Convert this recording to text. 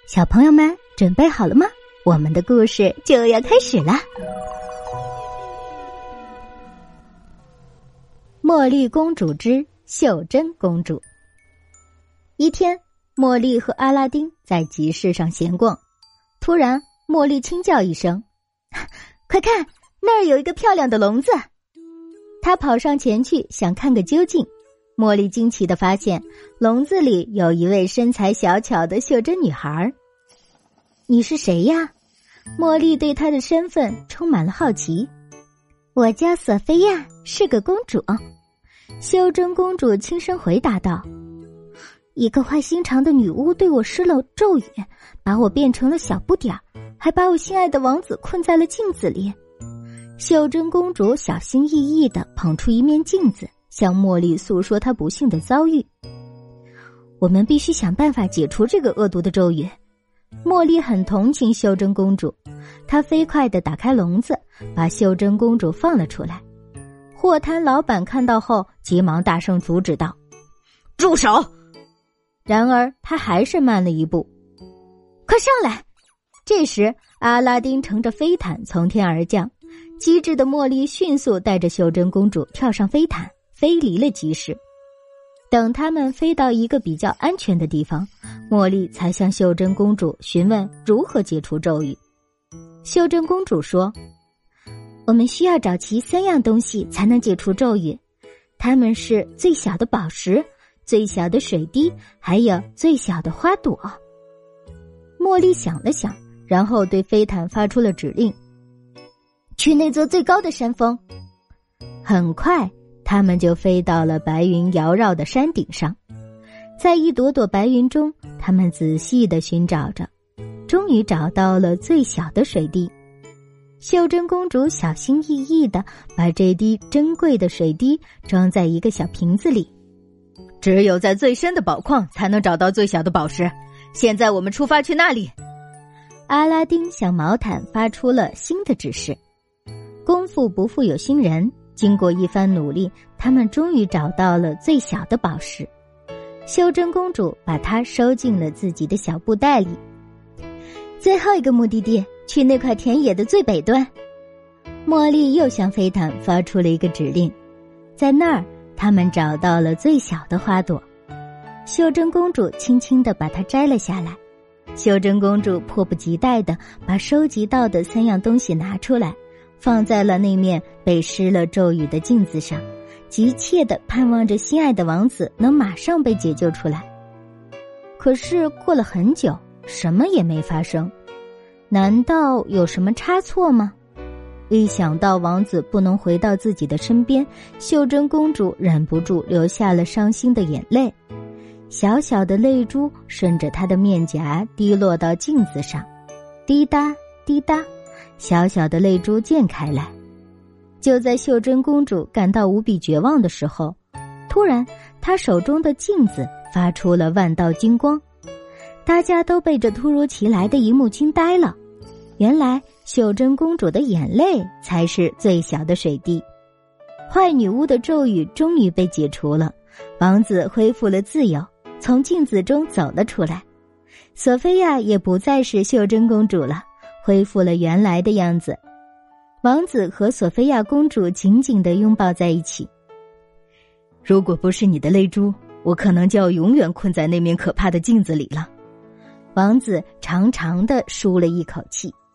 小朋友们准备好了吗？我们的故事就要开始了。茉莉公主之袖珍公主。一天，茉莉和阿拉丁在集市上闲逛，突然茉莉轻叫一声，快看，那儿有一个漂亮的笼子。她跑上前去想看个究竟，茉莉惊奇地发现笼子里有一位身材小巧的袖珍女孩。你是谁呀？茉莉对她的身份充满了好奇。我叫索菲亚，是个公主。袖珍公主轻声回答道。一个坏心肠的女巫对我施了咒语，把我变成了小不点儿，还把我心爱的王子困在了镜子里。袖珍公主小心翼翼地捧出一面镜子，向茉莉诉说她不幸的遭遇。我们必须想办法解除这个恶毒的咒语。茉莉很同情袖珍公主，她飞快地打开笼子，把袖珍公主放了出来。货摊老板看到后急忙大声阻止道，住手！然而他还是慢了一步。快上来！这时阿拉丁乘着飞毯从天而降，机智的茉莉迅速带着袖珍公主跳上飞毯，飞离了集市。等他们飞到一个比较安全的地方，茉莉才向袖珍公主询问如何解除咒语。袖珍公主说，我们需要找齐3样东西才能解除咒语，它们是最小的宝石、最小的水滴，还有最小的花朵。茉莉想了想，然后对飞毯发出了指令，去那座最高的山峰。很快他们就飞到了白云缭绕的山顶上，在一朵朵白云中，他们仔细地寻找着，终于找到了最小的水滴。袖珍公主小心翼翼地把这滴珍贵的水滴装在一个小瓶子里。只有在最深的宝矿才能找到最小的宝石，现在我们出发去那里。阿拉丁向毛毯发出了新的指示。功夫不负有心人，经过一番努力，他们终于找到了最小的宝石。袖珍公主把它收进了自己的小布袋里。最后一个目的地，去那块田野的最北端。茉莉又向飞毯发出了一个指令，在那儿他们找到了最小的花朵。袖珍公主轻轻地把它摘了下来。袖珍公主迫不及待地把收集到的3样东西拿出来，放在了那面被施了咒语的镜子上，急切地盼望着心爱的王子能马上被解救出来。可是过了很久，什么也没发生。难道有什么差错吗？一想到王子不能回到自己的身边，袖珍公主忍不住流下了伤心的眼泪。小小的泪珠顺着她的面颊滴落到镜子上，滴答滴答，小小的泪珠溅开来。就在袖珍公主感到无比绝望的时候，突然她手中的镜子发出了万道金光。大家都被这突如其来的一幕惊呆了。原来袖珍公主的眼泪才是最小的水滴。坏女巫的咒语终于被解除了，王子恢复了自由，从镜子中走了出来。索菲亚也不再是袖珍公主了，恢复了原来的样子。王子和索菲亚公主紧紧地拥抱在一起。如果不是你的泪珠，我可能就要永远困在那面可怕的镜子里了。王子长长地舒了一口气。